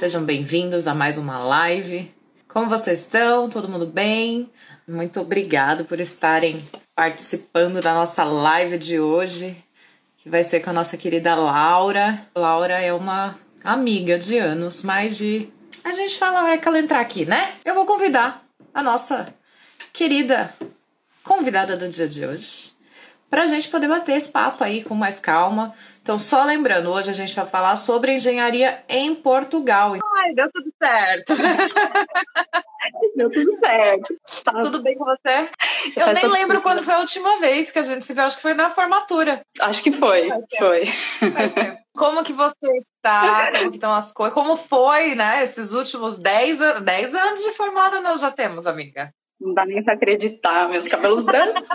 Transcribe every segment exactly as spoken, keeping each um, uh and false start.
Sejam bem-vindos a mais uma live. Como vocês estão? Todo mundo bem? Muito obrigado por estarem participando da nossa live de hoje, que vai ser com a nossa querida Laura. Laura é uma amiga de anos, mais de... A gente fala, vai que ela entrar aqui, né? Eu vou convidar a nossa querida convidada do dia de hoje pra gente poder bater esse papo aí com mais calma. Então, só lembrando, hoje a gente vai falar sobre engenharia em Portugal. Ai, deu tudo certo. Deu tudo certo. Tá tudo bem com você? Eu Faz nem lembro tempo. Quando foi a última vez que a gente se viu. Acho que foi na formatura. Acho que foi, Faz foi. Faz tempo. Como que você está? Como que estão as coisas? Como foi, né, esses últimos dez anos de formada nós já temos, amiga? Não dá nem pra acreditar, meus cabelos brancos.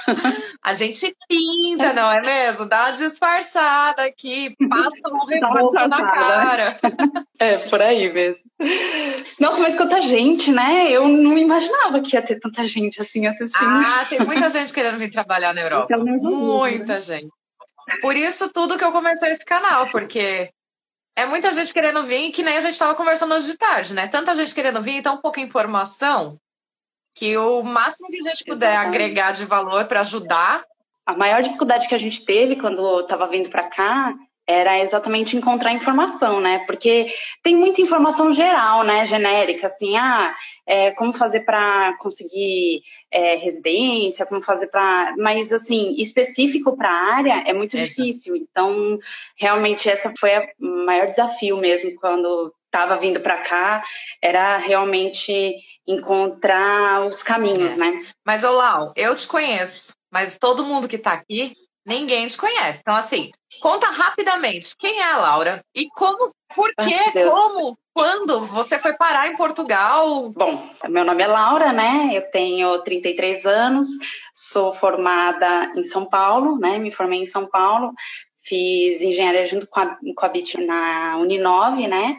A gente pinta, não é mesmo? Dá uma disfarçada aqui, passa um reboco na cara. É, por aí mesmo. Nossa, mas quanta gente, né? Eu não imaginava que ia ter tanta gente assim assistindo. Ah, tem muita gente querendo vir trabalhar na Europa. Muita gente. Por isso tudo que eu comecei esse canal, porque é muita gente querendo vir, que nem a gente estava conversando hoje de tarde, né? Tanta gente querendo vir e tão pouca informação, que o máximo que a gente puder Exatamente. agregar de valor para ajudar. A maior dificuldade que a gente teve quando eu estava vindo para cá era exatamente encontrar informação, né? Porque tem muita informação geral, né? Genérica, assim, ah, é, como fazer para conseguir é, residência, como fazer para... Mas, assim, específico para a área é muito é. difícil. Então, realmente, essa foi o maior desafio mesmo quando estava vindo para cá, era realmente encontrar os caminhos, é. né? Mas, Olau, eu te conheço, mas todo mundo que está aqui, ninguém te conhece. Então, assim, conta rapidamente quem é a Laura e como, por quê, como, quando você foi parar em Portugal? Bom, meu nome é Laura, né? Eu tenho trinta e três anos, sou formada em São Paulo, né? Me formei em São Paulo, fiz engenharia junto com a, com a B I T na Uninove, né?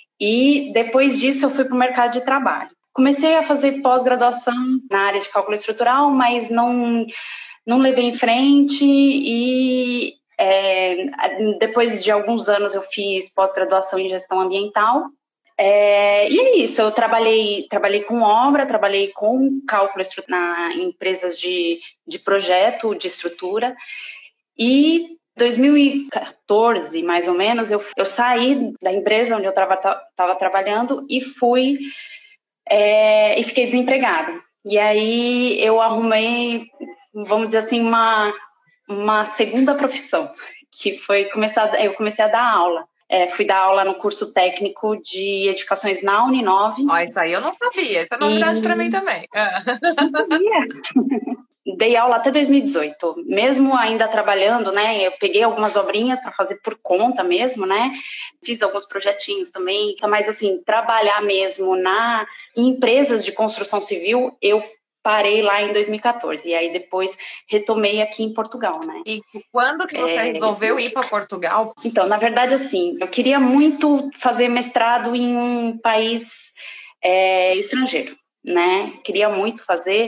E depois disso eu fui para o mercado de trabalho. Comecei a fazer pós-graduação na área de cálculo estrutural, mas não, não levei em frente e é, depois de alguns anos eu fiz pós-graduação em gestão ambiental. É, e é isso, eu trabalhei, trabalhei com obra, trabalhei com cálculo estrutural em empresas de, de projeto, de estrutura. E em dois mil e quatorze, mais ou menos, eu, eu saí da empresa onde eu estava trabalhando e fui é, e fiquei desempregada. E aí eu arrumei, vamos dizer assim, uma, uma segunda profissão, que foi começar, eu comecei a dar aula. É, fui dar aula no curso técnico de edificações na Uninove. Ó, isso aí eu não sabia, isso é novidade e... para mim também. Não sabia. Dei aula até dois mil e dezoito, mesmo ainda trabalhando, né? Eu peguei algumas obrinhas para fazer por conta mesmo, né? Fiz alguns projetinhos também, mas assim, trabalhar mesmo na em empresas de construção civil, eu parei lá em dois mil e quatorze, e aí depois retomei aqui em Portugal, né? E quando que você é... resolveu ir para Portugal? Então, na verdade, assim, eu queria muito fazer mestrado em um país é, estrangeiro, né? Queria muito fazer...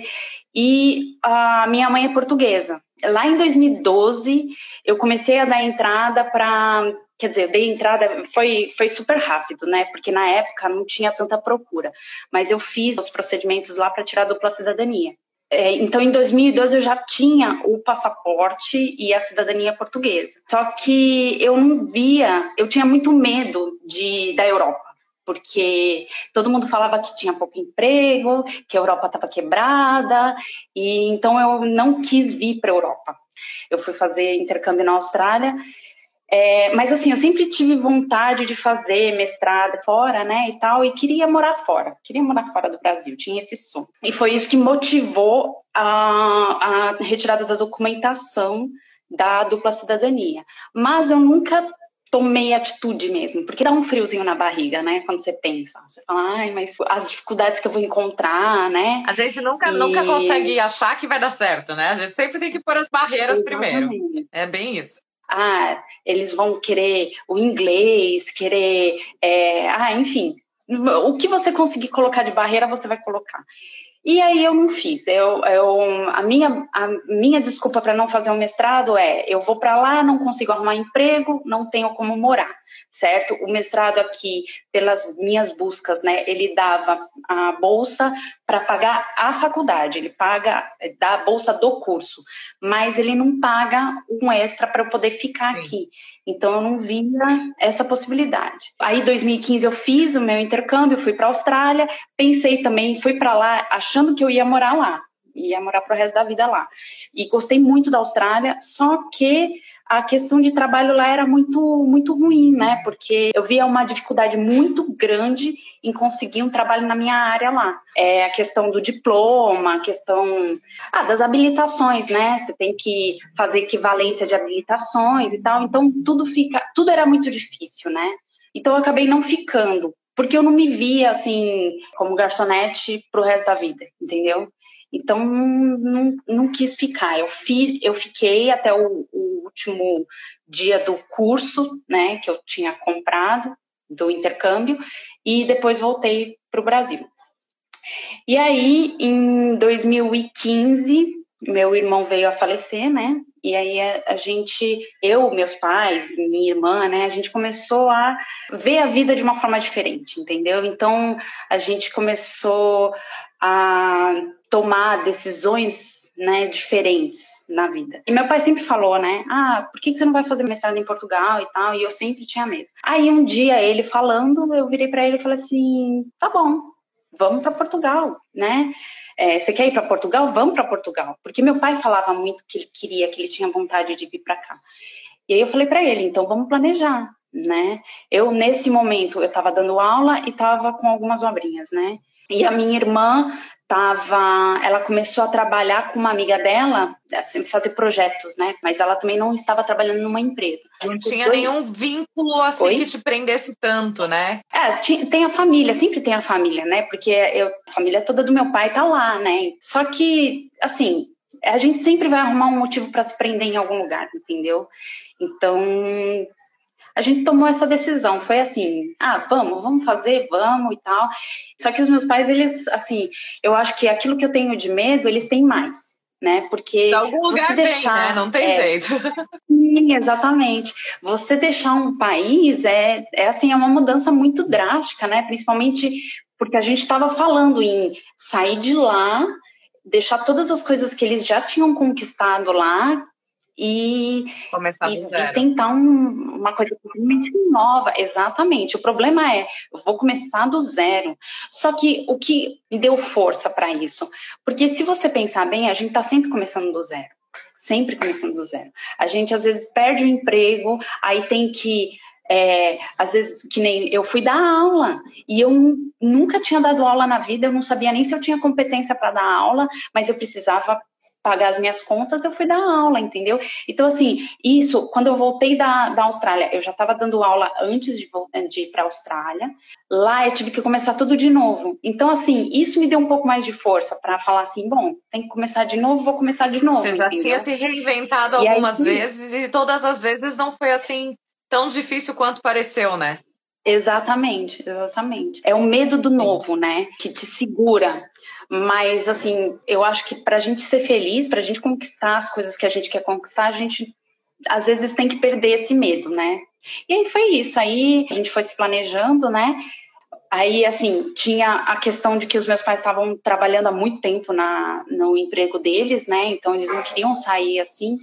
E a minha mãe é portuguesa. Lá em dois mil e doze, eu comecei a dar entrada para... Quer dizer, eu dei entrada, foi, foi super rápido, né? Porque na época não tinha tanta procura. Mas eu fiz os procedimentos lá para tirar a dupla cidadania. É, então, em dois mil e doze, eu já tinha o passaporte e a cidadania portuguesa. Só que eu não via... Eu tinha muito medo de, da Europa. Porque todo mundo falava que tinha pouco emprego, que a Europa estava quebrada, e então eu não quis vir para a Europa. Eu fui fazer intercâmbio na Austrália, é, mas assim, eu sempre tive vontade de fazer mestrado fora, né, e tal, e queria morar fora, queria morar fora do Brasil, tinha esse sonho. E foi isso que motivou a, a retirada da documentação da dupla cidadania. Mas eu nunca... tomei atitude mesmo, porque dá um friozinho na barriga, né, quando você pensa, você fala, ai, mas as dificuldades que eu vou encontrar, né. A gente nunca, e... nunca consegue achar que vai dar certo, né, a gente sempre tem que pôr as barreiras Exatamente. primeiro, é bem isso. Ah, eles vão querer o inglês, querer, é... ah, enfim, o que você conseguir colocar de barreira, você vai colocar. E aí eu não fiz. Eu, eu, a, minha, a minha desculpa para não fazer um mestrado é, eu vou para lá, não consigo arrumar emprego, não tenho como morar, certo? O mestrado aqui, pelas minhas buscas, né, ele dava a bolsa para pagar a faculdade, ele paga, dá a bolsa do curso, mas ele não paga um extra para eu poder ficar Sim. aqui. Então eu não via essa possibilidade. Aí em dois mil e quinze eu fiz o meu intercâmbio, fui para a Austrália, pensei também, fui para lá achando que eu ia morar lá, ia morar pro resto da vida lá. E gostei muito da Austrália, só que a questão de trabalho lá era muito, muito ruim, né? Porque eu via uma dificuldade muito grande em conseguir um trabalho na minha área lá. É a questão do diploma, a questão ah, das habilitações, né? Você tem que fazer equivalência de habilitações e tal. Então, tudo fica, tudo era muito difícil, né? Então, eu acabei não ficando, porque eu não me via, assim, como garçonete pro resto da vida, entendeu? Então, não, não, não quis ficar. Eu, fiz, eu fiquei até o, o último dia do curso, né, que eu tinha comprado, do intercâmbio, e depois voltei para o Brasil. E aí, em dois mil e quinze, meu irmão veio a falecer, né, e aí a, a gente, eu, meus pais, minha irmã, né, a gente começou a ver a vida de uma forma diferente, entendeu? Então, a gente começou a tomar decisões, né, diferentes na vida. E meu pai sempre falou, né, ah, por que você não vai fazer mestrado em Portugal e tal? E eu sempre tinha medo. Aí um dia ele falando, eu virei para ele e falei assim, tá bom, vamos para Portugal, né? É, você quer ir para Portugal? Vamos para Portugal. Porque meu pai falava muito que ele queria, que ele tinha vontade de vir para cá. E aí eu falei para ele, então vamos planejar, né? Eu, nesse momento, eu estava dando aula e estava com algumas obrinhas, né? E a minha irmã tava, ela começou a trabalhar com uma amiga dela, assim, fazer projetos, né? Mas ela também não estava trabalhando numa empresa. Não tinha dois... nenhum vínculo assim Oi? que te prendesse tanto, né? É, tem a família, sempre tem a família, né? Porque eu, a família toda do meu pai tá lá, né? Só que, assim, a gente sempre vai arrumar um motivo para se prender em algum lugar, entendeu? Então, a gente tomou essa decisão, foi assim, ah, vamos, vamos fazer, vamos e tal. Só que os meus pais, eles, assim, eu acho que aquilo que eu tenho de medo, eles têm mais, né? Porque de algum lugar você deixar, vem, né? Não tem é, jeito. Sim, exatamente. Você deixar um país é, é assim, é uma mudança muito drástica, né? Principalmente porque a gente estava falando em sair de lá, deixar todas as coisas que eles já tinham conquistado lá, E, Começar e, do zero. e tentar um, uma coisa totalmente nova, exatamente. O problema é, eu vou começar do zero. Só que o que me deu força para isso? Porque se você pensar bem, a gente está sempre começando do zero. Sempre começando do zero. A gente às vezes perde o emprego, aí tem que, é, às vezes, que nem eu fui dar aula, e eu nunca tinha dado aula na vida, eu não sabia nem se eu tinha competência para dar aula, mas eu precisava pagar as minhas contas, eu fui dar aula, entendeu? Então, assim, isso, quando eu voltei da, da Austrália, eu já estava dando aula antes de, de ir para a Austrália, lá eu tive que começar tudo de novo. Então, assim, isso me deu um pouco mais de força para falar assim, bom, tem que começar de novo, vou começar de novo, Você já entendeu? tinha se reinventado e algumas aí, vezes e todas as vezes não foi assim tão difícil quanto pareceu, né? Exatamente, exatamente. É o medo do novo, né, que te segura. Mas, assim, eu acho que pra gente ser feliz, pra gente conquistar as coisas que a gente quer conquistar, a gente, às vezes, tem que perder esse medo, né? E aí foi isso. Aí a gente foi se planejando, né? Aí, assim, tinha a questão de que os meus pais estavam trabalhando há muito tempo na, no emprego deles, né? Então, eles não queriam sair assim.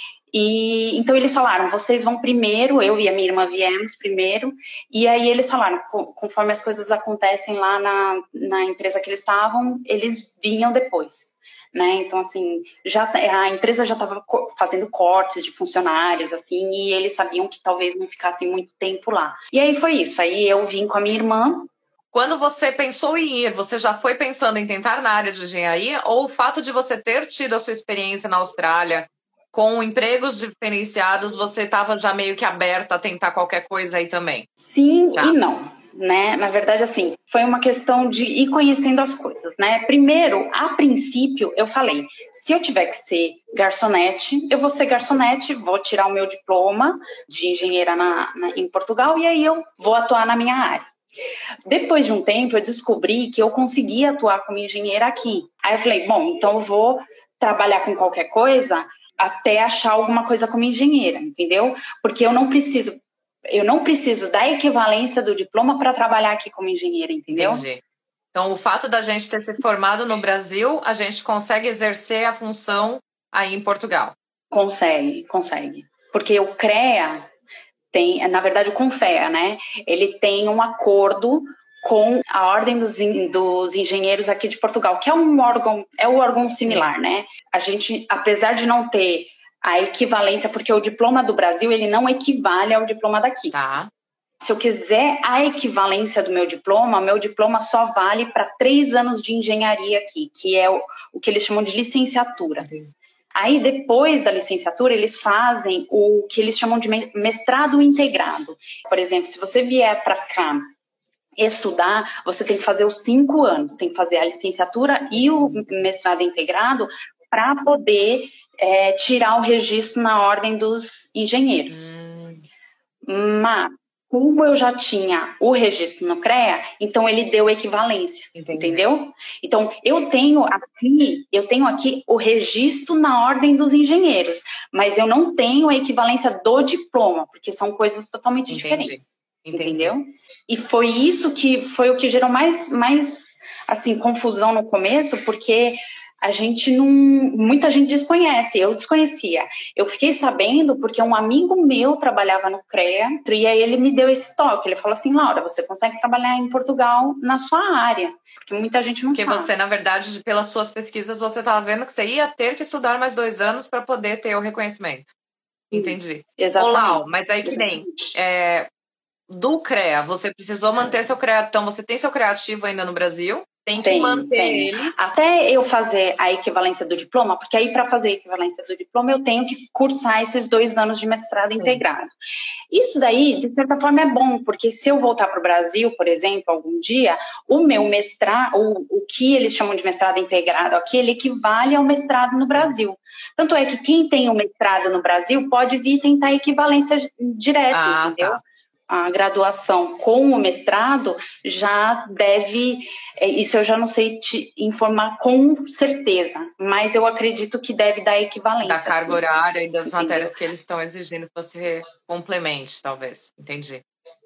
E então eles falaram, vocês vão primeiro, eu e a minha irmã viemos primeiro, e aí eles falaram, conforme as coisas acontecem lá na, na empresa que eles estavam, eles vinham depois, né? Então, assim, já, a empresa já estava fazendo cortes de funcionários, assim, e eles sabiam que talvez não ficassem muito tempo lá. E aí foi isso, aí eu vim com a minha irmã. Quando você pensou em ir, você já foi pensando em tentar na área de engenharia, ou o fato de você ter tido a sua experiência na Austrália com empregos diferenciados, você estava já meio que aberta a tentar qualquer coisa aí também? Sim tá. E não, né? Na verdade, assim, foi uma questão de ir conhecendo as coisas, né? Primeiro, a princípio, eu falei, se eu tiver que ser garçonete, eu vou ser garçonete, vou tirar o meu diploma de engenheira na, na, em Portugal e aí eu vou atuar na minha área. Depois de um tempo, eu descobri que eu conseguia atuar como engenheira aqui. Aí eu falei, bom, então eu vou trabalhar com qualquer coisa até achar alguma coisa como engenheira, entendeu? Porque eu não preciso, eu não preciso da equivalência do diploma para trabalhar aqui como engenheira, entendeu? Entendi. Então, o fato da gente ter se formado no Brasil, a gente consegue exercer a função aí em Portugal? Consegue, consegue. Porque o CREA tem, na verdade, o CONFEA, né? Ele tem um acordo com a Ordem dos, dos Engenheiros aqui de Portugal, que é um órgão, é um órgão similar, né? A gente, apesar de não ter a equivalência, porque o diploma do Brasil, ele não equivale ao diploma daqui. Tá. Se eu quiser a equivalência do meu diploma, meu diploma só vale para três anos de engenharia aqui, que é o, o que eles chamam de licenciatura. Sim. Aí, depois da licenciatura, eles fazem o que eles chamam de mestrado integrado. Por exemplo, se você vier para cá estudar, você tem que fazer os cinco anos, tem que fazer a licenciatura e o mestrado integrado para poder é, tirar o registro na Ordem dos Engenheiros. Hum. Mas, como eu já tinha o registro no CREA, então ele deu equivalência, Entendi. Entendeu? Então, eu tenho aqui, eu tenho aqui o registro na Ordem dos Engenheiros, mas eu não tenho a equivalência do diploma, porque são coisas totalmente Entendi. Diferentes. Entendi. Entendeu? E foi isso que foi o que gerou mais, mais assim, confusão no começo, porque a gente não, muita gente desconhece, eu desconhecia. Eu fiquei sabendo porque um amigo meu trabalhava no CREA e aí ele me deu esse toque. Ele falou assim, Laura, você consegue trabalhar em Portugal na sua área, porque muita gente não porque sabe. Porque você, na verdade, pelas suas pesquisas, você estava vendo que você ia ter que estudar mais dois anos para poder ter o reconhecimento. Entendi. Exatamente. Olá, mas aí que nem... É, do CREA, você precisou manter seu CREA, então você tem seu CREA ativo ainda no Brasil? Tem que tem, manter tem. ele. Até eu fazer a equivalência do diploma, porque aí para fazer a equivalência do diploma eu tenho que cursar esses dois anos de mestrado Sim. integrado. Isso daí, de certa forma, é bom, porque se eu voltar para o Brasil, por exemplo, algum dia, o meu mestrado, o, o que eles chamam de mestrado integrado aqui, ele equivale ao mestrado no Brasil. Tanto é que quem tem o mestrado no Brasil pode vir tentar equivalência direta, ah, entendeu? Tá. A graduação com o mestrado já deve, isso eu já não sei te informar com certeza, mas eu acredito que deve dar equivalência. Da carga assim, horária e das entendeu? matérias que eles estão exigindo que você complemente, talvez. Entendi.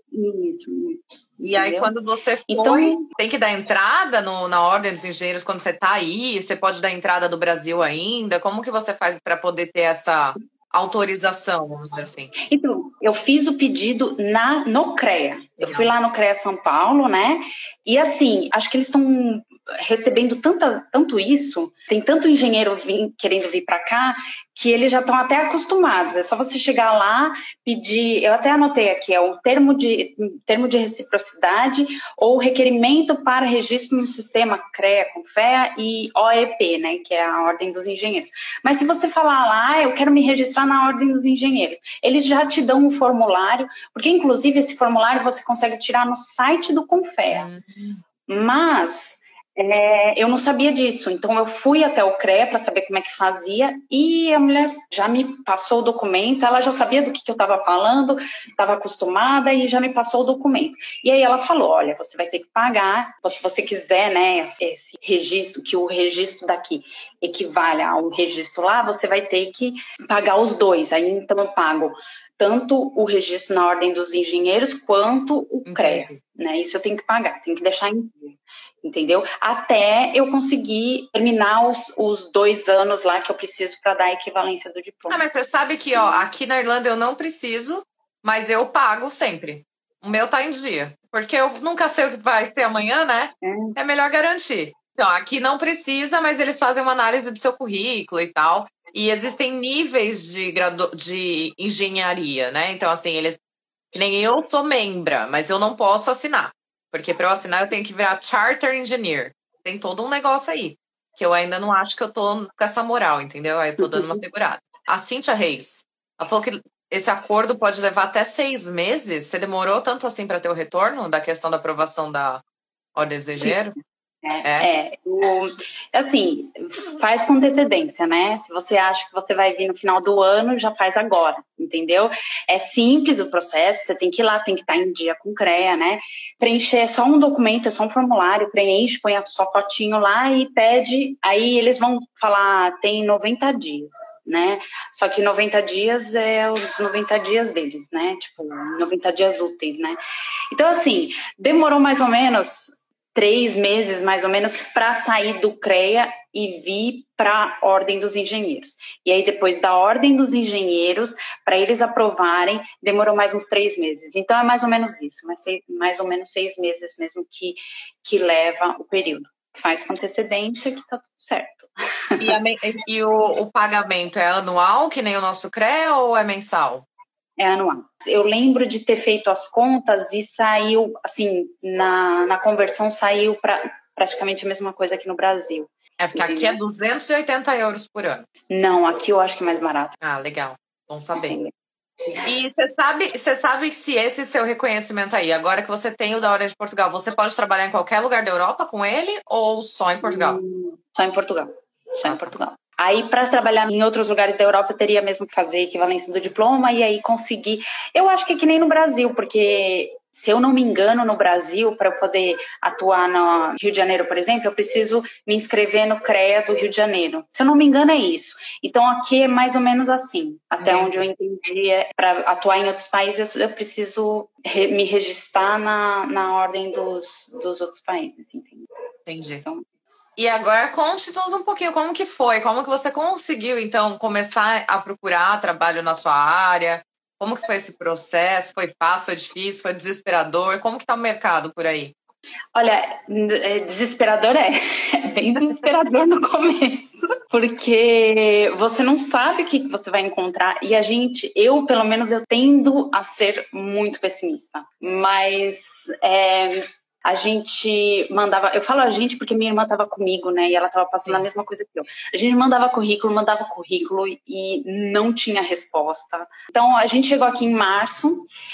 Isso. E aí, quando você foi, então, tem que dar entrada no, na Ordem dos Engenheiros quando você está aí? Você pode dar entrada do Brasil ainda? Como que você faz para poder ter essa autorização, vamos dizer assim? Então, eu fiz o pedido na, no CREA. Eu fui lá no CREA São Paulo, né? E assim, acho que eles estão recebendo tanta, tanto isso, tem tanto engenheiro vim, querendo vir para cá, que eles já estão até acostumados. É só você chegar lá, pedir, eu até anotei aqui, é o termo de, termo de reciprocidade ou requerimento para registro no sistema CREA, CONFEA e O E P, né, que é a Ordem dos Engenheiros. Mas se você falar lá, ah, eu quero me registrar na Ordem dos Engenheiros, eles já te dão um formulário, porque inclusive esse formulário você consegue tirar no site do CONFEA. Uhum. Mas... É, eu não sabia disso, então eu fui até o CREA para saber como é que fazia e a mulher já me passou o documento, ela já sabia do que, que eu estava falando, estava acostumada e já me passou o documento. E aí ela falou, olha, você vai ter que pagar, se você quiser, né, esse registro, que o registro daqui equivale ao registro lá, você vai ter que pagar os dois, aí então eu pago tanto o registro na Ordem dos Engenheiros quanto o CREA, Entendi. Né, isso eu tenho que pagar, tenho que deixar em entendeu? Até eu conseguir terminar os, os dois anos lá que eu preciso para dar a equivalência do diploma. Ah, mas você sabe que, ó, aqui na Irlanda eu não preciso, mas eu pago sempre. O meu tá em dia. Porque eu nunca sei o que vai ser amanhã, né? É, é melhor garantir. Então, aqui não precisa, mas eles fazem uma análise do seu currículo e tal. E existem níveis de, gradu... de engenharia, né? Então, assim, eles... nem eu tô membra, mas eu não posso assinar. Porque para eu assinar eu tenho que virar Charter Engineer. Tem todo um negócio aí. Que eu ainda não acho que eu tô com essa moral, entendeu? Aí eu tô dando uma segurada. A Cíntia Reis, ela falou que esse acordo pode levar até seis meses. Você demorou tanto assim para ter o retorno da questão da aprovação da Ordem dos Engenheiros? É, é. O, assim, faz com antecedência, né? Se você acha que você vai vir no final do ano, já faz agora, entendeu? É simples o processo, você tem que ir lá, tem que estar em dia com o CREA, né? Preencher é só um documento, é só um formulário, preenche, põe a sua fotinho lá e pede, aí eles vão falar, tem noventa dias, né? Só que noventa dias é os noventa dias deles, né? Tipo, noventa dias úteis, né? Então, assim, demorou mais ou menos três meses, mais ou menos, para sair do CREA e vir para a Ordem dos Engenheiros. E aí, depois da Ordem dos Engenheiros, para eles aprovarem, demorou mais uns três meses. Então, é mais ou menos isso, mas mais ou menos seis meses mesmo que, que leva o período. Faz com antecedência que está tudo certo. E, a, e o, o pagamento é anual, que nem o nosso CREA, ou é mensal? É anual. Eu lembro de ter feito as contas e saiu, assim, na, na conversão saiu para praticamente a mesma coisa aqui no Brasil. É porque aqui é duzentos e oitenta euros por ano. Não, aqui eu acho que é mais barato. Ah, legal. Bom saber. E você sabe, você sabe se esse seu reconhecimento aí, agora que você tem o da Ordem de Portugal, você pode trabalhar em qualquer lugar da Europa com ele ou só em Portugal? Hum, só em Portugal. Só ah. em Portugal. Aí, para trabalhar em outros lugares da Europa, eu teria mesmo que fazer equivalência do diploma e aí conseguir. Eu acho que é que nem no Brasil, porque se eu não me engano, no Brasil, para eu poder atuar no Rio de Janeiro, por exemplo, eu preciso me inscrever no CREA do Rio de Janeiro. Se eu não me engano, é isso. Então, aqui é mais ou menos assim. Até Entendi. Onde eu entendi, é, para atuar em outros países, eu preciso re- me registrar na, na ordem dos, dos outros países, entendeu? Entendi. Então, e agora conte-nos um pouquinho como que foi, como que você conseguiu, então, começar a procurar trabalho na sua área, como que foi esse processo, foi fácil, foi difícil, foi desesperador, como que tá o mercado por aí? Olha, desesperador é, é bem desesperador no começo, porque você não sabe o que você vai encontrar e a gente, eu pelo menos eu tendo a ser muito pessimista, mas é, a gente mandava, eu falo a gente porque minha irmã estava comigo, né, e ela estava passando Sim. a mesma coisa que eu. A gente mandava currículo, mandava currículo e não tinha resposta. Então a gente chegou aqui em março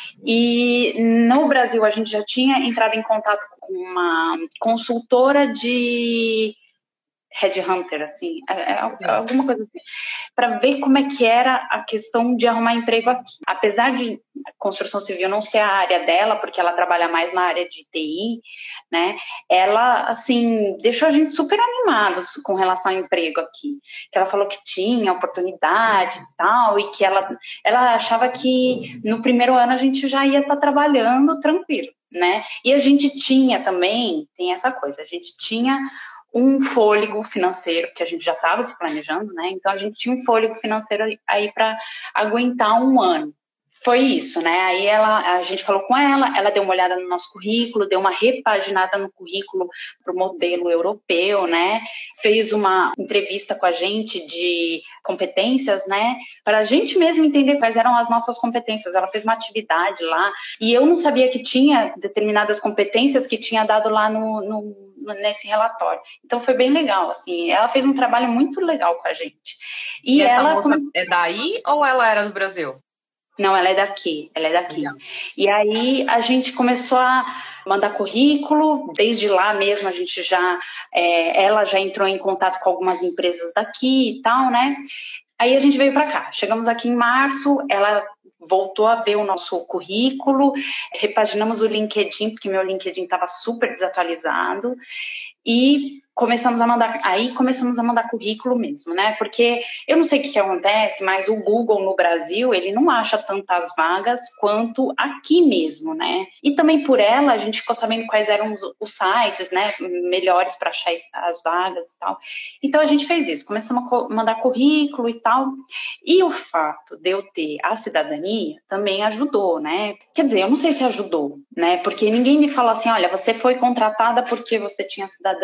e no Brasil a gente já tinha entrado em contato com uma consultora de headhunter, assim, é, é alguma coisa assim, para ver como é que era a questão de arrumar emprego aqui. Apesar de construção civil não ser a área dela, porque ela trabalha mais na área de T I, né, ela, assim, deixou a gente super animados com relação ao emprego aqui, que ela falou que tinha oportunidade e tal, e que ela, ela achava que no primeiro ano a gente já ia estar trabalhando tranquilo, né, e a gente tinha também, tem essa coisa, a gente tinha um fôlego financeiro, que a gente já estava se planejando, né? Então a gente tinha um fôlego financeiro aí para aguentar um ano. Foi isso, né? Aí ela, a gente falou com ela, ela deu uma olhada no nosso currículo, deu uma repaginada no currículo para o modelo europeu, né? Fez uma entrevista com a gente de competências, né? Para a gente mesmo entender quais eram as nossas competências. Ela fez uma atividade lá e eu não sabia que tinha determinadas competências que tinha dado lá no, no nesse relatório. Então foi bem legal, assim. Ela fez um trabalho muito legal com a gente. E, e ela essa moça é daí ou ela era do Brasil? Não, ela é daqui, ela é daqui. Legal. E aí a gente começou a mandar currículo, desde lá mesmo a gente já, é, ela já entrou em contato com algumas empresas daqui e tal, né? Aí a gente veio para cá. Chegamos aqui em março, ela voltou a ver o nosso currículo, repaginamos o LinkedIn, porque meu LinkedIn estava super desatualizado, e começamos a mandar, aí começamos a mandar currículo mesmo, né? Porque eu não sei o que, que acontece, mas o Google no Brasil, ele não acha tantas vagas quanto aqui mesmo, né? E também por ela, a gente ficou sabendo quais eram os, os sites, né? Melhores para achar as vagas e tal. Então a gente fez isso, começamos a mandar currículo e tal. E o fato de eu ter a cidadania também ajudou, né? Quer dizer, eu não sei se ajudou, né? Porque ninguém me falou assim, olha, você foi contratada porque você tinha cidadania.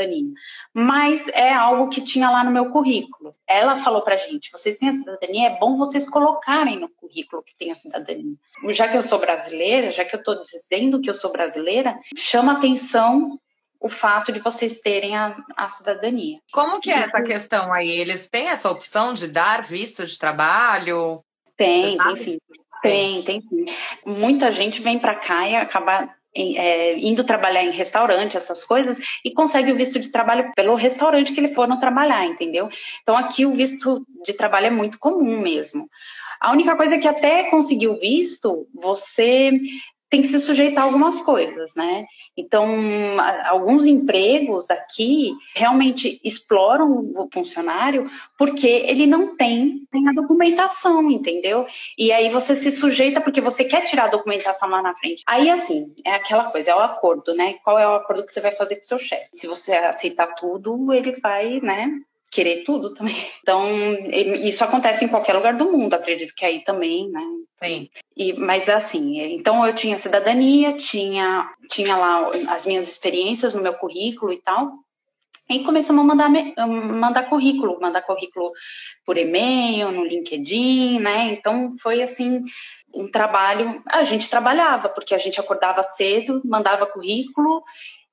Mas é algo que tinha lá no meu currículo. Ela falou pra gente, vocês têm a cidadania, é bom vocês colocarem no currículo que tem a cidadania. Já que eu sou brasileira, já que eu tô dizendo que eu sou brasileira, chama atenção o fato de vocês terem a, a cidadania. Como que é essa questão aí? Eles têm essa opção de dar visto de trabalho? Tem, tem sim. Tem, tem sim. Muita gente vem pra cá e acaba em, é, indo trabalhar em restaurante, essas coisas, e consegue o visto de trabalho pelo restaurante que ele for não trabalhar, entendeu? Então aqui o visto de trabalho é muito comum mesmo. A única coisa é que até conseguir o visto, você tem que se sujeitar a algumas coisas, né? Então, alguns empregos aqui realmente exploram o funcionário porque ele não tem, tem a documentação, entendeu? E aí você se sujeita porque você quer tirar a documentação lá na frente. Aí, assim, é aquela coisa, é o acordo, né? Qual é o acordo que você vai fazer com o seu chefe? Se você aceitar tudo, ele vai, né, querer tudo também. Então, isso acontece em qualquer lugar do mundo, acredito que aí também, né? Sim. E, mas assim, então eu tinha cidadania, tinha, tinha lá as minhas experiências no meu currículo e tal, e começamos a mandar, mandar currículo, mandar currículo por e-mail, no LinkedIn, né? Então foi assim, um trabalho, a gente trabalhava, porque a gente acordava cedo, mandava currículo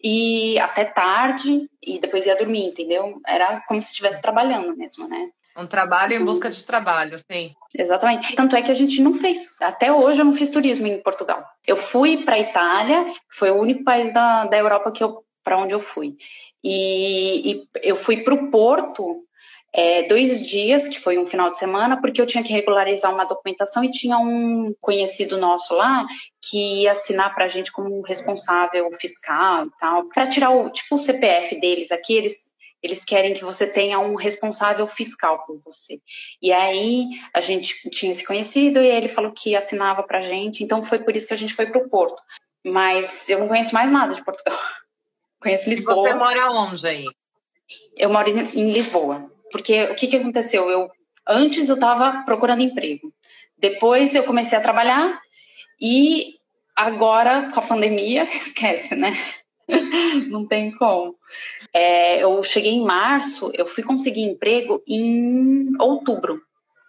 e até tarde, e depois ia dormir, entendeu? Era como se estivesse trabalhando mesmo, né? Um trabalho em busca de trabalho, sim. Exatamente. Tanto é que a gente não fez. Até hoje eu não fiz turismo em Portugal. Eu fui para a Itália, foi o único país da, da Europa que eu, para onde eu fui. E, e eu fui para o Porto é, dois dias, que foi um final de semana, porque eu tinha que regularizar uma documentação e tinha um conhecido nosso lá que ia assinar para a gente como responsável fiscal e tal. Para tirar o, tipo, o C P F deles aqui, eles... Eles querem que você tenha um responsável fiscal por você. E aí, a gente tinha se conhecido e ele falou que assinava pra gente. Então, foi por isso que a gente foi pro Porto. Mas eu não conheço mais nada de Portugal. Conheço Lisboa. E você mora onde aí? Eu moro em Lisboa. Porque o que, que aconteceu? Eu, antes eu estava procurando emprego. Depois eu comecei a trabalhar. E agora, com a pandemia, esquece, né? Não tem como. É, eu cheguei em março, eu fui conseguir emprego em outubro,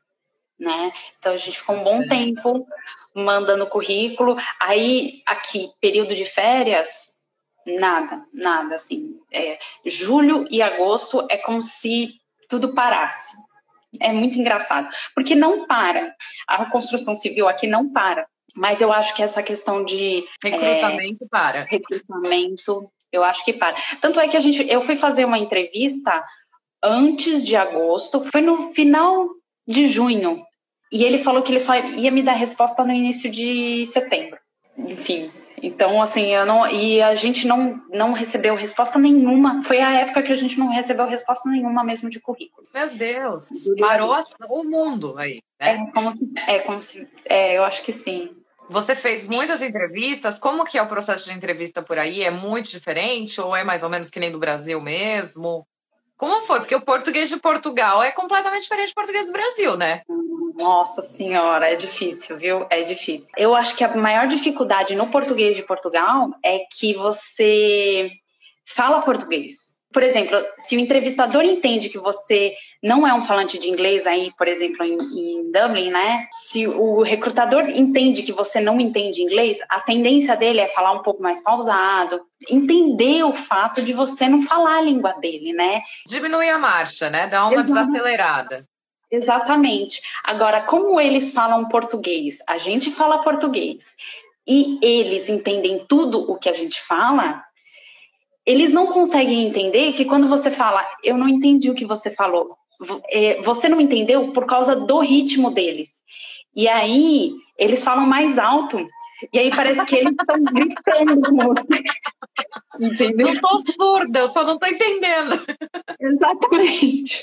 né? Então a gente ficou um bom tempo mandando currículo. Aí aqui, período de férias, nada, nada, assim. É, julho e agosto é como se tudo parasse. É muito engraçado, porque não para. A construção civil aqui não para. Mas eu acho que essa questão de... Recrutamento é, para. Recrutamento... Eu acho que para. Tanto é que a gente, eu fui fazer uma entrevista antes de agosto, foi no final de junho. E ele falou que ele só ia me dar resposta no início de setembro. Enfim, então assim, eu não, e a gente não, não recebeu resposta nenhuma. Foi a época que a gente não recebeu resposta nenhuma mesmo de currículo. Meu Deus, parou o mundo aí, né? É como se, é como se, é, eu acho que sim. Você fez muitas entrevistas, como que é o processo de entrevista por aí? É muito diferente ou é mais ou menos que nem do Brasil mesmo? Como foi? Porque o português de Portugal é completamente diferente do português do Brasil, né? Nossa senhora, é difícil, viu? É difícil. Eu acho que a maior dificuldade no português de Portugal é que você fala português. Por exemplo, se o entrevistador entende que você não é um falante de inglês aí, por exemplo, em, em Dublin, né? Se o recrutador entende que você não entende inglês, a tendência dele é falar um pouco mais pausado, entender o fato de você não falar a língua dele, né? Diminuir a marcha, né? Dar uma Exatamente. desacelerada. Exatamente. Agora, como eles falam português, a gente fala português, e eles entendem tudo o que a gente fala, eles não conseguem entender que quando você fala, eu não entendi o que você falou, você não entendeu por causa do ritmo deles. E aí, eles falam mais alto, e aí parece que eles estão gritando com você. Entendeu? Não tô surda, eu só não tô entendendo. Exatamente.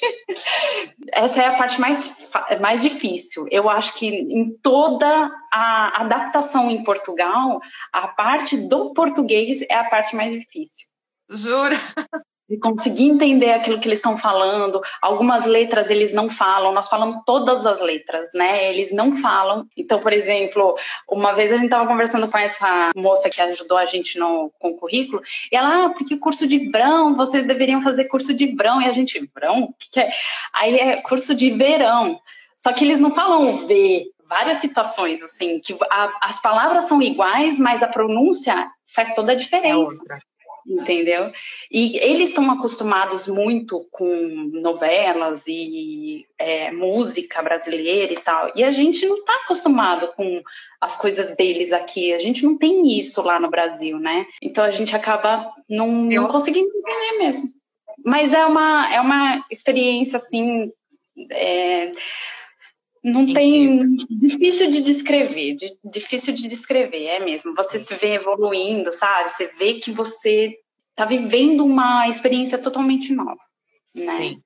Essa é a parte mais, mais difícil. Eu acho que em toda a adaptação em Portugal, a parte do português é a parte mais difícil. Jura? De conseguir entender aquilo que eles estão falando. Algumas letras eles não falam, nós falamos todas as letras, né? Eles não falam. Então, por exemplo, uma vez a gente estava conversando com essa moça que ajudou a gente no, com o currículo, e ela, ah, porque curso de verão, vocês deveriam fazer curso de verão. E a gente, verão? O que, que é? Aí é curso de verão. Só que eles não falam o V, várias situações, assim, que a, as palavras são iguais, mas a pronúncia faz toda a diferença. É outra. entendeu? E eles estão acostumados muito com novelas e é, música brasileira e tal, e a gente não está acostumado com as coisas deles aqui, a gente não tem isso lá no Brasil, né? Então a gente acaba não, não conseguindo entender mesmo. Mas é uma, é uma experiência, assim, é, não tem, difícil de descrever, de, difícil de descrever, é mesmo. Você se vê evoluindo, sabe? Você vê que você está vivendo uma experiência totalmente nova, né? Sim.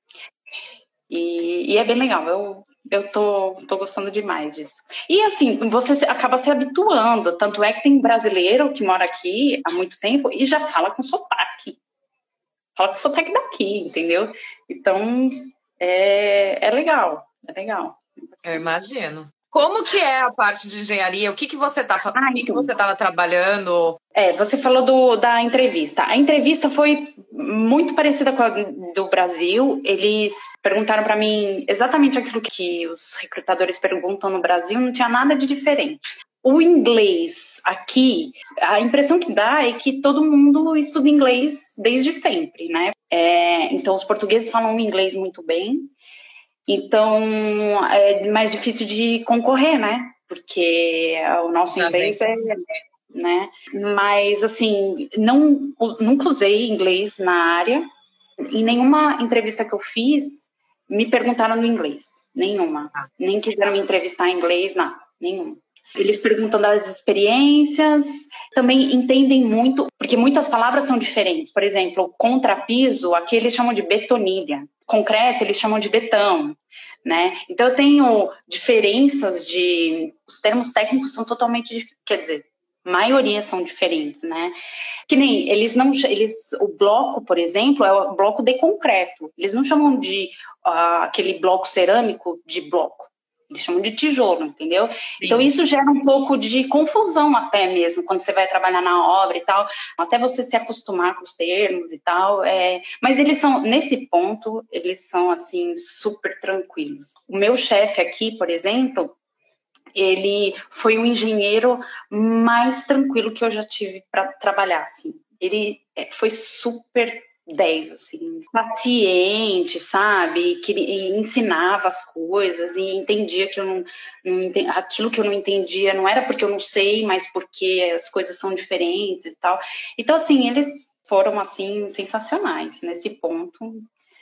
E, e é bem legal, eu, eu tô, tô gostando demais disso. E assim, você acaba se habituando, tanto é que tem brasileiro que mora aqui há muito tempo e já fala com sotaque. Fala com sotaque daqui, entendeu? Então, é, é legal, é legal. Eu imagino. Como que é a parte de engenharia? O que, que você tá, ah, o que, que você estava trabalhando? É, você falou do, da entrevista. A entrevista foi muito parecida com a do Brasil. Eles perguntaram para mim exatamente aquilo que os recrutadores perguntam no Brasil, não tinha nada de diferente. O inglês aqui, a impressão que dá é que todo mundo estuda inglês desde sempre, né? É, então, os portugueses falam inglês muito bem. Então, é mais difícil de concorrer, né? Porque o nosso Já inglês bem. é... né? Mas, assim, não, nunca usei inglês na área. Em nenhuma entrevista que eu fiz, me perguntaram no inglês. Nenhuma. Nem quiseram me entrevistar em inglês, nada. Nenhuma. Eles perguntam das experiências, também entendem muito, porque muitas palavras são diferentes. Por exemplo, contrapiso, aqui eles chamam de betonilha. Concreto, eles chamam de betão, né? Então, eu tenho diferenças de... Os termos técnicos são totalmente... Quer dizer, a maioria são diferentes, né? Que nem, eles não... Eles, o bloco, por exemplo, é o bloco de concreto. Eles não chamam de uh, aquele bloco cerâmico de bloco. Eles chamam de tijolo, entendeu? Sim. Então, isso gera um pouco de confusão até mesmo, quando você vai trabalhar na obra e tal, até você se acostumar com os termos e tal. É... Mas eles são, nesse ponto, eles são, assim, super tranquilos. O meu chefe aqui, por exemplo, ele foi o engenheiro mais tranquilo que eu já tive para trabalhar, assim. Ele foi super dez, assim, paciente, sabe, que ensinava as coisas e entendia que eu não, não entendi, aquilo que eu não entendia não era porque eu não sei, mas porque as coisas são diferentes e tal. Então, assim, eles foram, assim, sensacionais nesse ponto.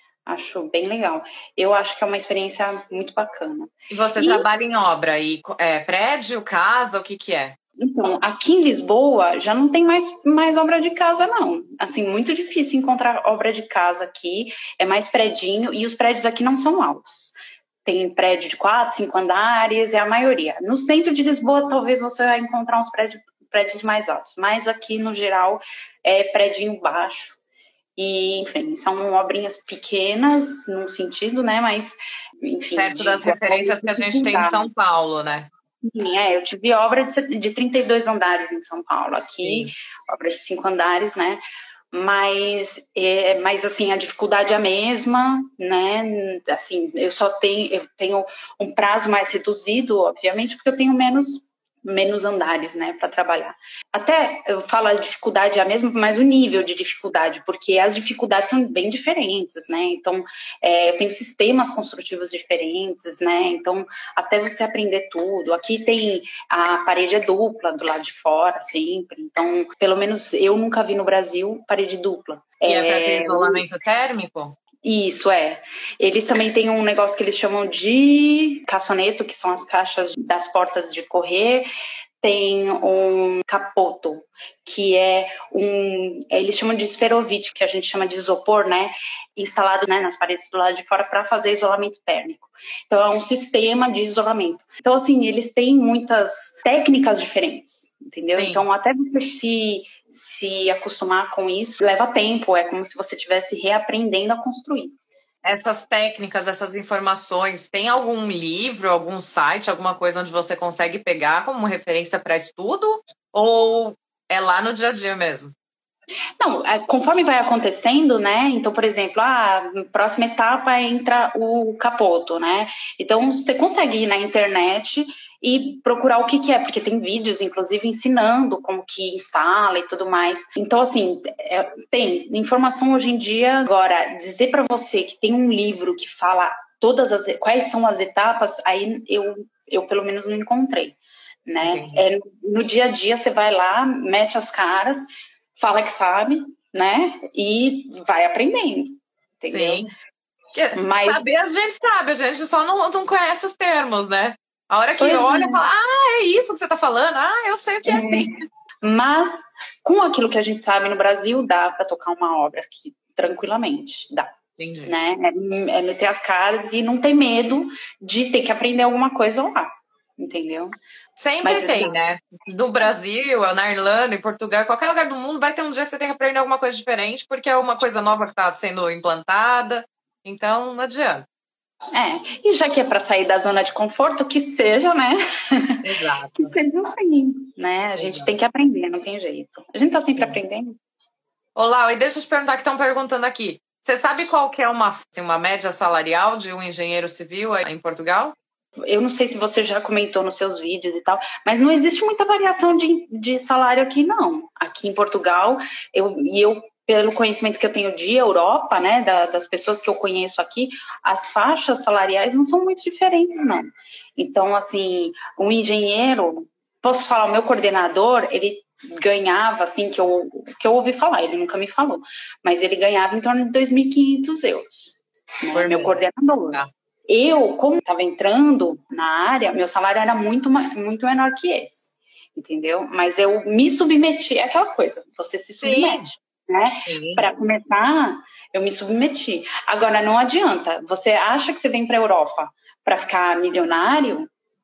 Acho bem legal. Eu acho que é uma experiência muito bacana. E você e... trabalha em obra? E, é, prédio, casa, o que que é? Então, aqui em Lisboa já não tem mais, mais obra de casa, não. Assim, muito difícil encontrar obra de casa aqui. É mais predinho e os prédios aqui não são altos. Tem prédio de quatro, cinco andares, é a maioria. No centro de Lisboa, talvez você vai encontrar uns prédios, prédios mais altos. Mas aqui, no geral, é predinho baixo. E, enfim, são obrinhas pequenas, num sentido, né? Mas, enfim... Perto das referências que a gente tem em São Paulo, né? Sim, é, eu tive obra de, de trinta e dois andares em São Paulo. Aqui, Sim. obra de cinco andares, né? Mas, é, mas, assim, a dificuldade é a mesma, né? Assim, eu só tenho, eu tenho um prazo mais reduzido, obviamente, porque eu tenho menos... menos andares, né, para trabalhar. Até eu falo a dificuldade é a mesma, mas o nível de dificuldade, porque as dificuldades são bem diferentes, né, então é, eu tenho sistemas construtivos diferentes, né, então até você aprender tudo. Aqui tem a parede é dupla do lado de fora sempre, então pelo menos eu nunca vi no Brasil parede dupla. E é, é para ter isolamento térmico? Isso, é. Eles também têm um negócio que eles chamam de caçoneto, que são as caixas das portas de correr. Tem um capoto, que é um... Eles chamam de esferovite, que a gente chama de isopor, né? Instalado, né, nas paredes do lado de fora para fazer isolamento térmico. Então, é um sistema de isolamento. Então, assim, eles têm muitas técnicas diferentes, entendeu? Sim. Então, até você se... se acostumar com isso, leva tempo, é como se você estivesse reaprendendo a construir. Essas técnicas, essas informações, tem algum livro, algum site, alguma coisa onde você consegue pegar como referência para estudo? Ou é lá no dia a dia mesmo? Não, conforme vai acontecendo, né? Então, por exemplo, a próxima etapa entra o capoto, né? Então, você consegue ir na internet e procurar o que, que é, porque tem vídeos, inclusive, ensinando como que instala e tudo mais. Então, assim, é, tem informação hoje em dia. Agora, dizer para você que tem um livro que fala todas as quais são as etapas, aí eu, eu pelo menos não encontrei, né? É, no dia a dia você vai lá, mete as caras, fala que sabe, né? E vai aprendendo, entendeu? Sim. Mas saber a gente sabe, a gente só não, não conhece os termos, né? A hora que pois olha, é. fala, ah, é isso que você tá falando, ah, eu sei o que é, é assim. Mas com aquilo que a gente sabe no Brasil, dá para tocar uma obra aqui tranquilamente, dá. Entendi. Né? É, é meter as caras e não ter medo de ter que aprender alguma coisa lá, entendeu? Sempre Mas, tem, assim, né? No Brasil, na Irlanda, em Portugal, qualquer lugar do mundo, vai ter um dia que você tem que aprender alguma coisa diferente, porque é uma coisa nova que está sendo implantada, então não adianta. É, e já que é para sair da zona de conforto, que seja, né? Exato. Que seja assim, né? A gente Exato. Tem que aprender, não tem jeito. A gente está sempre Sim. aprendendo. Olá, e deixa eu te perguntar que estão perguntando aqui. Você sabe qual que é uma, assim, uma média salarial de um engenheiro civil em Portugal? Eu não sei se você já comentou nos seus vídeos e tal, mas não existe muita variação de, de salário aqui, não. Aqui em Portugal, eu, e eu, pelo conhecimento que eu tenho de Europa, né, da, das pessoas que eu conheço aqui, as faixas salariais não são muito diferentes, não. Então, assim, um engenheiro, posso falar, o meu coordenador, ele ganhava, assim, que eu, que eu ouvi falar, ele nunca me falou, mas ele ganhava em torno de dois mil e quinhentos euros, né, meu coordenador. Ah. Eu, como estava entrando na área, meu salário era muito, muito menor que esse, entendeu? Mas eu me submeti, é aquela coisa, você se submete, Sim. né? Para começar, eu me submeti. Agora, não adianta, você acha que você vem para a Europa para ficar milionário,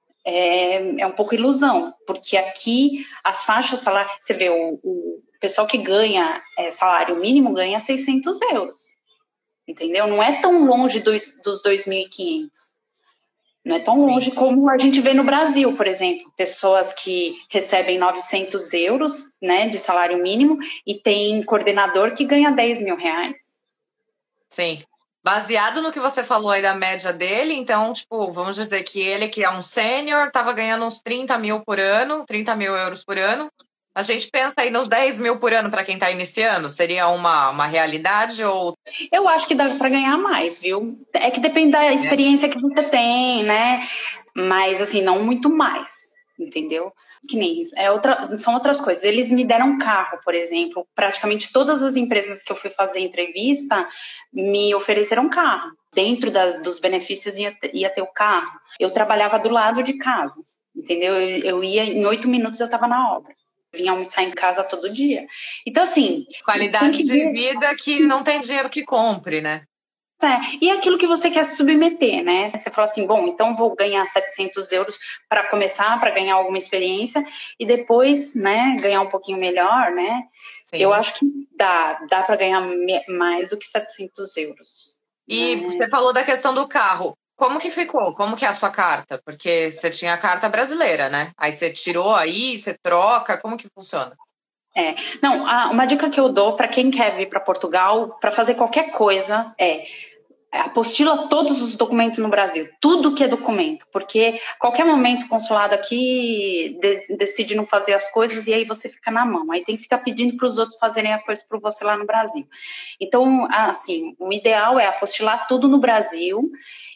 é, é um pouco ilusão, porque aqui as faixas salariais, você vê, o, o pessoal que ganha é, salário mínimo ganha seiscentos euros. Entendeu? Não é tão longe dos, dos dois mil e quinhentos. Não é tão Sim. longe como a gente vê no Brasil, por exemplo. Pessoas que recebem novecentos euros, né, de salário mínimo e tem coordenador que ganha dez mil reais. Sim. Baseado no que você falou aí da média dele, então, tipo, vamos dizer que ele, que é um sênior, estava ganhando uns trinta mil por ano, trinta mil euros por ano. A gente pensa aí nos dez mil por ano para quem está iniciando? Seria uma, uma realidade ou... Eu acho que dá para ganhar mais, viu? É que depende da experiência é. que você tem, né? Mas, assim, não muito mais, entendeu? Que nem isso. É outra, são outras coisas. Eles me deram carro, por exemplo. Praticamente todas as empresas que eu fui fazer entrevista me ofereceram carro. Dentro das, dos benefícios ia ter, ia ter o carro. Eu trabalhava do lado de casa, entendeu? Eu, eu ia, em oito minutos eu estava na obra. Vinha almoçar em casa todo dia. Então, assim... Qualidade de ver... vida que não tem dinheiro que compre, né? É, e é aquilo que você quer se submeter, né? Você fala assim, bom, então vou ganhar setecentos euros para começar, para ganhar alguma experiência, e depois, né, ganhar um pouquinho melhor, né? Sim. Eu acho que dá, dá para ganhar mais do que setecentos euros. E né? Você falou da questão do carro. Como que ficou? Como que é a sua carta? Porque você tinha a carta brasileira, né? Aí você tirou aí, você troca, como que funciona? É, não, uma dica que eu dou para quem quer vir para Portugal, para fazer qualquer coisa, é apostila todos os documentos no Brasil, tudo que é documento, porque a qualquer momento o consulado aqui de, decide não fazer as coisas e aí você fica na mão, aí tem que ficar pedindo para os outros fazerem as coisas por você lá no Brasil. Então, assim, o ideal é apostilar tudo no Brasil.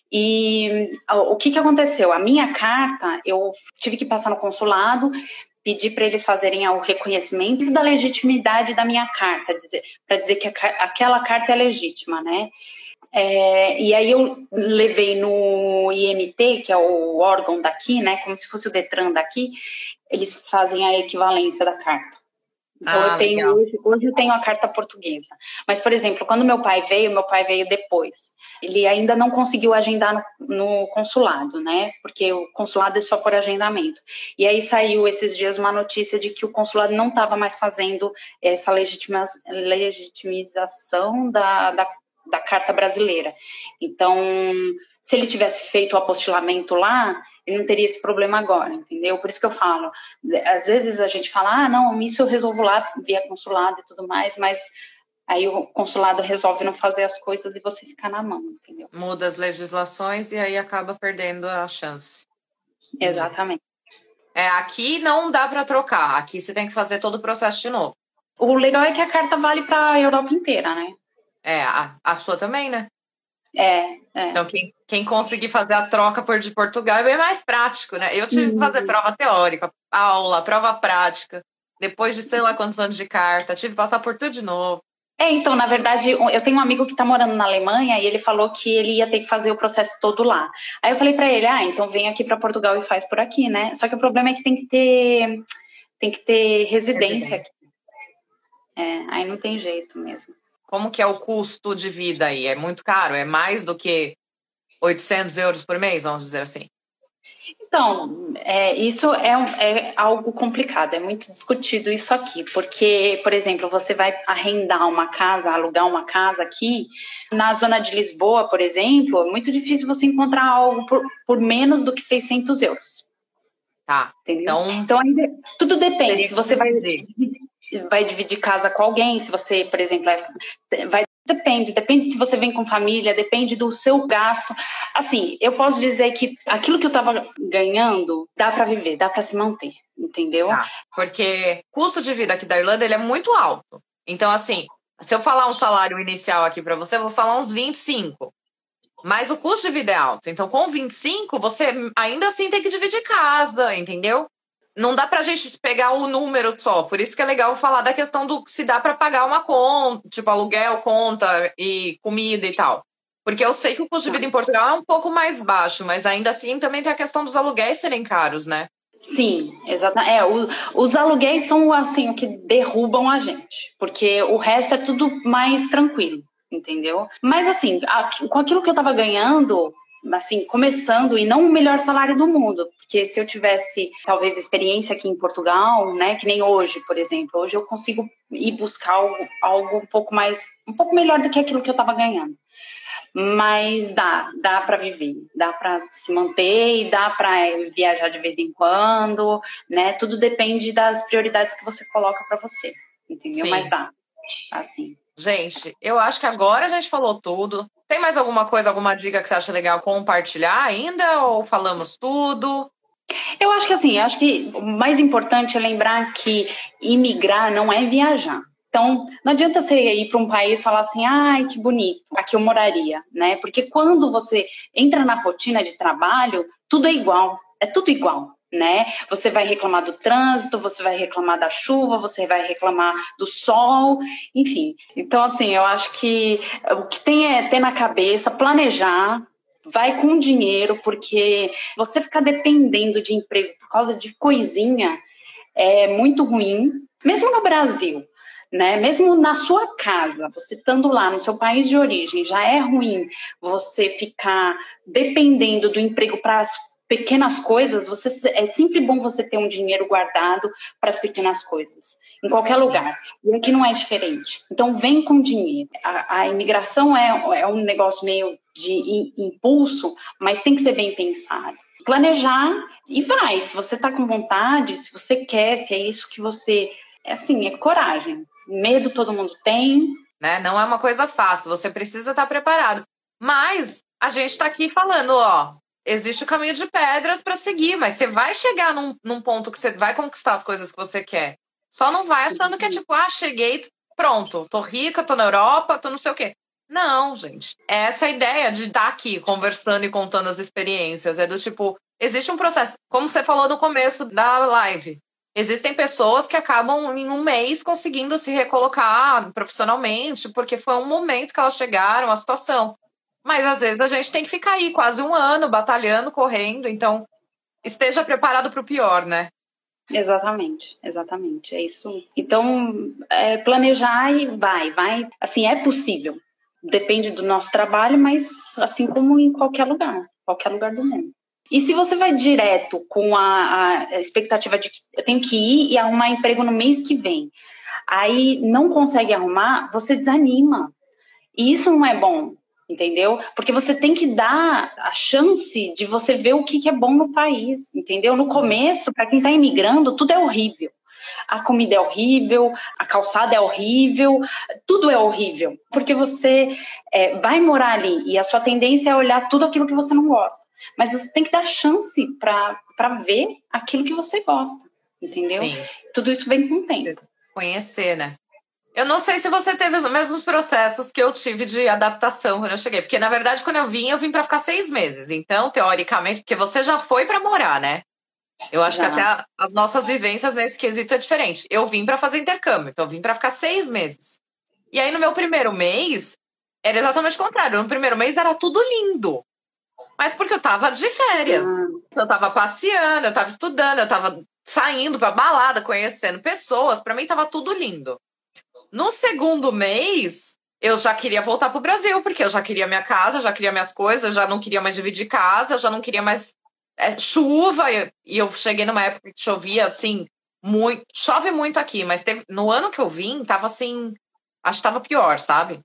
E o que que aconteceu? A minha carta, eu tive que passar no consulado, pedir para eles fazerem o reconhecimento da legitimidade da minha carta, para dizer que a, aquela carta é legítima, né? É, e aí eu levei no I M T, que é o órgão daqui, né? Como se fosse o Detran daqui, eles fazem a equivalência da carta. Então, ah, eu tenho, hoje, hoje eu tenho a carta portuguesa. Mas, por exemplo, quando meu pai veio, meu pai veio depois. Ele ainda não conseguiu agendar no, no consulado, né? Porque o consulado é só por agendamento. E aí saiu esses dias uma notícia de que o consulado não estava mais fazendo essa legitima, legitimização da, da, da carta brasileira. Então, se ele tivesse feito o apostilamento lá, ele não teria esse problema agora, entendeu? Por isso que eu falo, às vezes a gente fala, ah, não, isso eu resolvo lá via consulado e tudo mais, mas aí o consulado resolve não fazer as coisas e você fica na mão, entendeu? Muda as legislações e aí acaba perdendo a chance. Exatamente. É, aqui não dá para trocar, aqui você tem que fazer todo o processo de novo. O legal é que a carta vale para a Europa inteira, né? É, a, a sua também, né? É, é. Então, quem, quem conseguir fazer a troca por de Portugal é bem mais prático, né? Eu tive que fazer prova teórica, aula, prova prática, depois de sei lá quantos anos de carta, tive que passar por tudo de novo. É, então, na verdade, eu tenho um amigo que está morando na Alemanha e ele falou que ele ia ter que fazer o processo todo lá. Aí eu falei para ele, ah, então vem aqui para Portugal e faz por aqui, né? Só que o problema é que tem que ter, tem que ter residência aqui. É, aí não tem jeito mesmo. Como que é o custo de vida aí? É muito caro? É mais do que oitocentos euros por mês, vamos dizer assim? Então, é, isso é, é algo complicado, é muito discutido isso aqui, porque, por exemplo, você vai arrendar uma casa, alugar uma casa aqui, na zona de Lisboa, por exemplo, é muito difícil você encontrar algo por, por menos do que seiscentos euros. Tá. Entendeu? Então, então ainda, tudo depende, se você vai, vai dividir casa com alguém, se você, por exemplo, é, vai Depende, depende se você vem com família, depende do seu gasto. Assim, eu posso dizer que aquilo que eu tava ganhando, dá para viver, dá para se manter, entendeu? Ah, porque o custo de vida aqui da Irlanda, ele é muito alto. Então, assim, se eu falar um salário inicial aqui para você, eu vou falar uns vinte e cinco. Mas o custo de vida é alto. Então, com vinte e cinco, você ainda assim tem que dividir casa, entendeu? Não dá pra gente pegar o número só. Por isso que é legal falar da questão do se dá pra pagar uma conta, tipo aluguel, conta e comida e tal. Porque eu sei que o custo de vida em Portugal é um pouco mais baixo, mas ainda assim também tem a questão dos aluguéis serem caros, né? Sim, exatamente. É, o, os aluguéis são assim o que derrubam a gente, porque o resto é tudo mais tranquilo, entendeu? Mas assim, a, com aquilo que eu tava ganhando, assim, começando, e não o melhor salário do mundo, porque se eu tivesse, talvez, experiência aqui em Portugal, né, que nem hoje, por exemplo, hoje eu consigo ir buscar algo, algo um pouco mais, um pouco melhor do que aquilo que eu estava ganhando. Mas dá, dá para viver, dá para se manter e dá para viajar de vez em quando, né, tudo depende das prioridades que você coloca para você, entendeu? Sim. Mas dá, assim. Gente, eu acho que agora a gente falou tudo. Tem mais alguma coisa, alguma dica que você acha legal compartilhar ainda? Ou falamos tudo? Eu acho que assim, eu acho que o mais importante é lembrar que imigrar não é viajar. Então, não adianta você ir para um país e falar assim, ai, que bonito, aqui eu moraria, né? Porque quando você entra na rotina de trabalho, tudo é igual, é tudo igual. Né? Você vai reclamar do trânsito, você vai reclamar da chuva, você vai reclamar do sol, enfim. Então, assim, eu acho que o que tem é ter na cabeça, planejar, vai com dinheiro, porque você ficar dependendo de emprego por causa de coisinha é muito ruim, mesmo no Brasil. Né? Mesmo na sua casa, você estando lá no seu país de origem, já é ruim você ficar dependendo do emprego para as pequenas coisas. Você, é sempre bom você ter um dinheiro guardado para as pequenas coisas, em qualquer lugar. E aqui não é diferente. Então, vem com dinheiro. A, a imigração é, é um negócio meio de impulso, mas tem que ser bem pensado. Planejar e vai. Se você está com vontade, se você quer, se é isso que você... É assim, é coragem. Medo todo mundo tem. Né? Não é uma coisa fácil, você precisa estar preparado. Mas a gente está aqui falando, ó, existe o caminho de pedras para seguir, mas você vai chegar num, num ponto que você vai conquistar as coisas que você quer. Só não vai achando que é tipo, ah, cheguei, pronto, tô rica, tô na Europa, tô não sei o quê. Não, gente. Essa é a ideia de estar aqui conversando e contando as experiências. É do tipo, existe um processo, como você falou no começo da live. Existem pessoas que acabam em um mês conseguindo se recolocar profissionalmente, porque foi um momento que elas chegaram à situação. Mas às vezes a gente tem que ficar aí quase um ano batalhando, correndo, então esteja preparado para o pior, né? Exatamente, exatamente, é isso. Então, é, planejar e vai, vai, assim, é possível. Depende do nosso trabalho, mas assim como em qualquer lugar, qualquer lugar do mundo. E se você vai direto com a, a expectativa de que eu tenho que ir e arrumar emprego no mês que vem, aí não consegue arrumar, você desanima. E isso não é bom, entendeu? Porque você tem que dar a chance de você ver o que, que é bom no país, entendeu? No começo, para quem está imigrando, tudo é horrível. A comida é horrível, a calçada é horrível, tudo é horrível, porque você é, vai morar ali e a sua tendência é olhar tudo aquilo que você não gosta. Mas você tem que dar chance para ver aquilo que você gosta, entendeu? Sim. Tudo isso vem com o tempo. Conhecer, né? Eu não sei se você teve os mesmos processos que eu tive de adaptação quando eu cheguei, porque na verdade quando eu vim, eu vim para ficar seis meses. Então, teoricamente, porque você já foi para morar, né? Eu acho já. que até a, as nossas vivências nesse quesito é diferente. Eu vim para fazer intercâmbio, então eu vim para ficar seis meses. E aí no meu primeiro mês, era exatamente o contrário. No primeiro mês era tudo lindo. Mas porque eu tava de férias. Hum. Eu tava passeando, eu tava estudando, eu tava saindo pra balada, conhecendo pessoas. Pra mim tava tudo lindo. No segundo mês, eu já queria voltar pro Brasil, porque eu já queria minha casa, eu já queria minhas coisas, eu já não queria mais dividir casa, eu já não queria mais é, chuva. E eu cheguei numa época que chovia, assim, muito. Chove muito aqui, mas teve, no ano que eu vim, tava assim, acho que tava pior, sabe?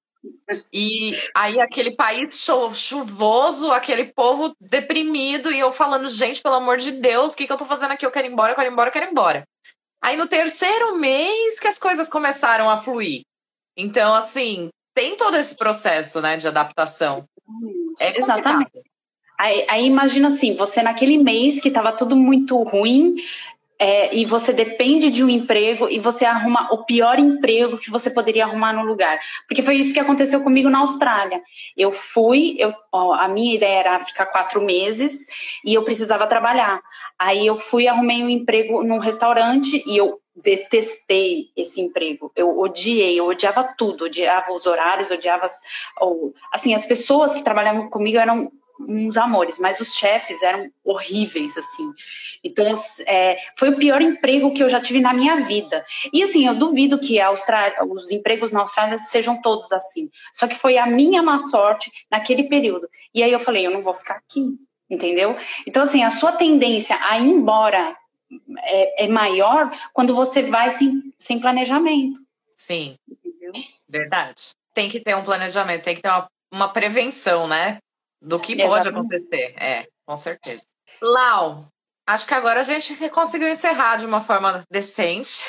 E aí aquele país chuvoso, aquele povo deprimido, e eu falando, gente, pelo amor de Deus, o que, que eu tô fazendo aqui? Eu quero ir embora, eu quero ir embora, eu quero ir embora. Aí no terceiro mês que as coisas começaram a fluir. Então, assim, tem todo esse processo, né, de adaptação. É Exatamente. Aí, aí imagina assim, você naquele mês que tava tudo muito ruim, É, e você depende de um emprego e você arruma o pior emprego que você poderia arrumar no lugar. Porque foi isso que aconteceu comigo na Austrália. Eu fui, eu, ó, a minha ideia era ficar quatro meses e eu precisava trabalhar. Aí eu fui e arrumei um emprego num restaurante e eu detestei esse emprego. Eu odiei, eu odiava tudo, odiava os horários, odiava as, ou, assim, as pessoas que trabalhavam comigo eram uns amores, mas os chefes eram horríveis, assim. Então, é, foi o pior emprego que eu já tive na minha vida. E, assim, eu duvido que a Austrália, os empregos na Austrália sejam todos assim. Só que foi a minha má sorte naquele período. E aí eu falei, eu não vou ficar aqui, entendeu? Então, assim, a sua tendência a ir embora é, é maior quando você vai sem, sem planejamento. Sim, entendeu? Verdade. Tem que ter um planejamento, tem que ter uma, uma prevenção, né? Do que pode Exatamente. acontecer. É, com certeza. Lau, acho que agora a gente conseguiu encerrar de uma forma decente.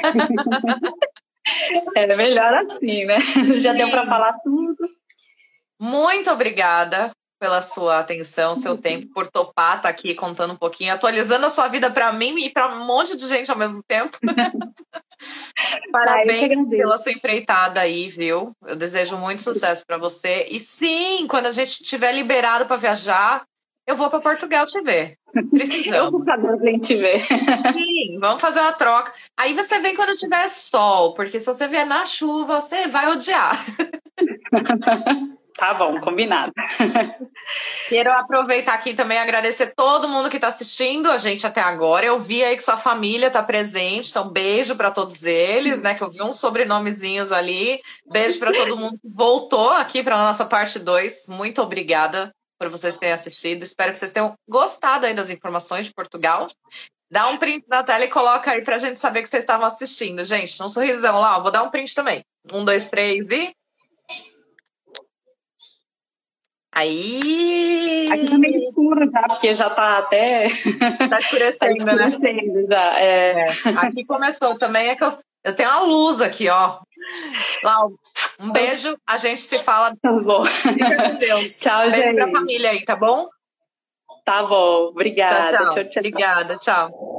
É melhor assim, né? Já Sim. deu para falar tudo. Muito obrigada pela sua atenção, seu tempo, por topar estar aqui contando um pouquinho, atualizando a sua vida para mim e para um monte de gente ao mesmo tempo. Parabéns ah, pela sua empreitada aí, viu? Eu desejo muito sucesso para você. E sim, quando a gente estiver liberado para viajar, eu vou para Portugal te ver. Precisamos. Eu vou para te ver. Sim, vamos fazer uma troca. Aí você vem quando tiver sol, porque se você vier na chuva, você vai odiar. Tá bom, combinado. Quero aproveitar aqui também e agradecer todo mundo que está assistindo a gente até agora. Eu vi aí que sua família está presente, então beijo para todos eles, né? Que eu vi uns sobrenomezinhos ali. Beijo para todo mundo que voltou aqui para a nossa parte dois. Muito obrigada por vocês terem assistido. Espero que vocês tenham gostado aí das informações de Portugal. Dá um print na tela e coloca aí pra gente saber que vocês estavam assistindo. Gente, um sorrisão lá, ó. Vou dar um print também. Um, dois, três e... Aí! Aqui tá meio escuro já, porque já tá até... Tá escurecendo, tá escurecendo né? Já, é. É. Aqui começou também, é que eu, eu tenho uma luz aqui, ó. Lau, um beijo, a gente se fala. Tá bom. Fica com Deus. Tchau, beijo gente. Beijo pra família aí, tá bom? Tá bom, obrigada. Tchau, tchau. Tchau, tchau. Obrigada, tchau.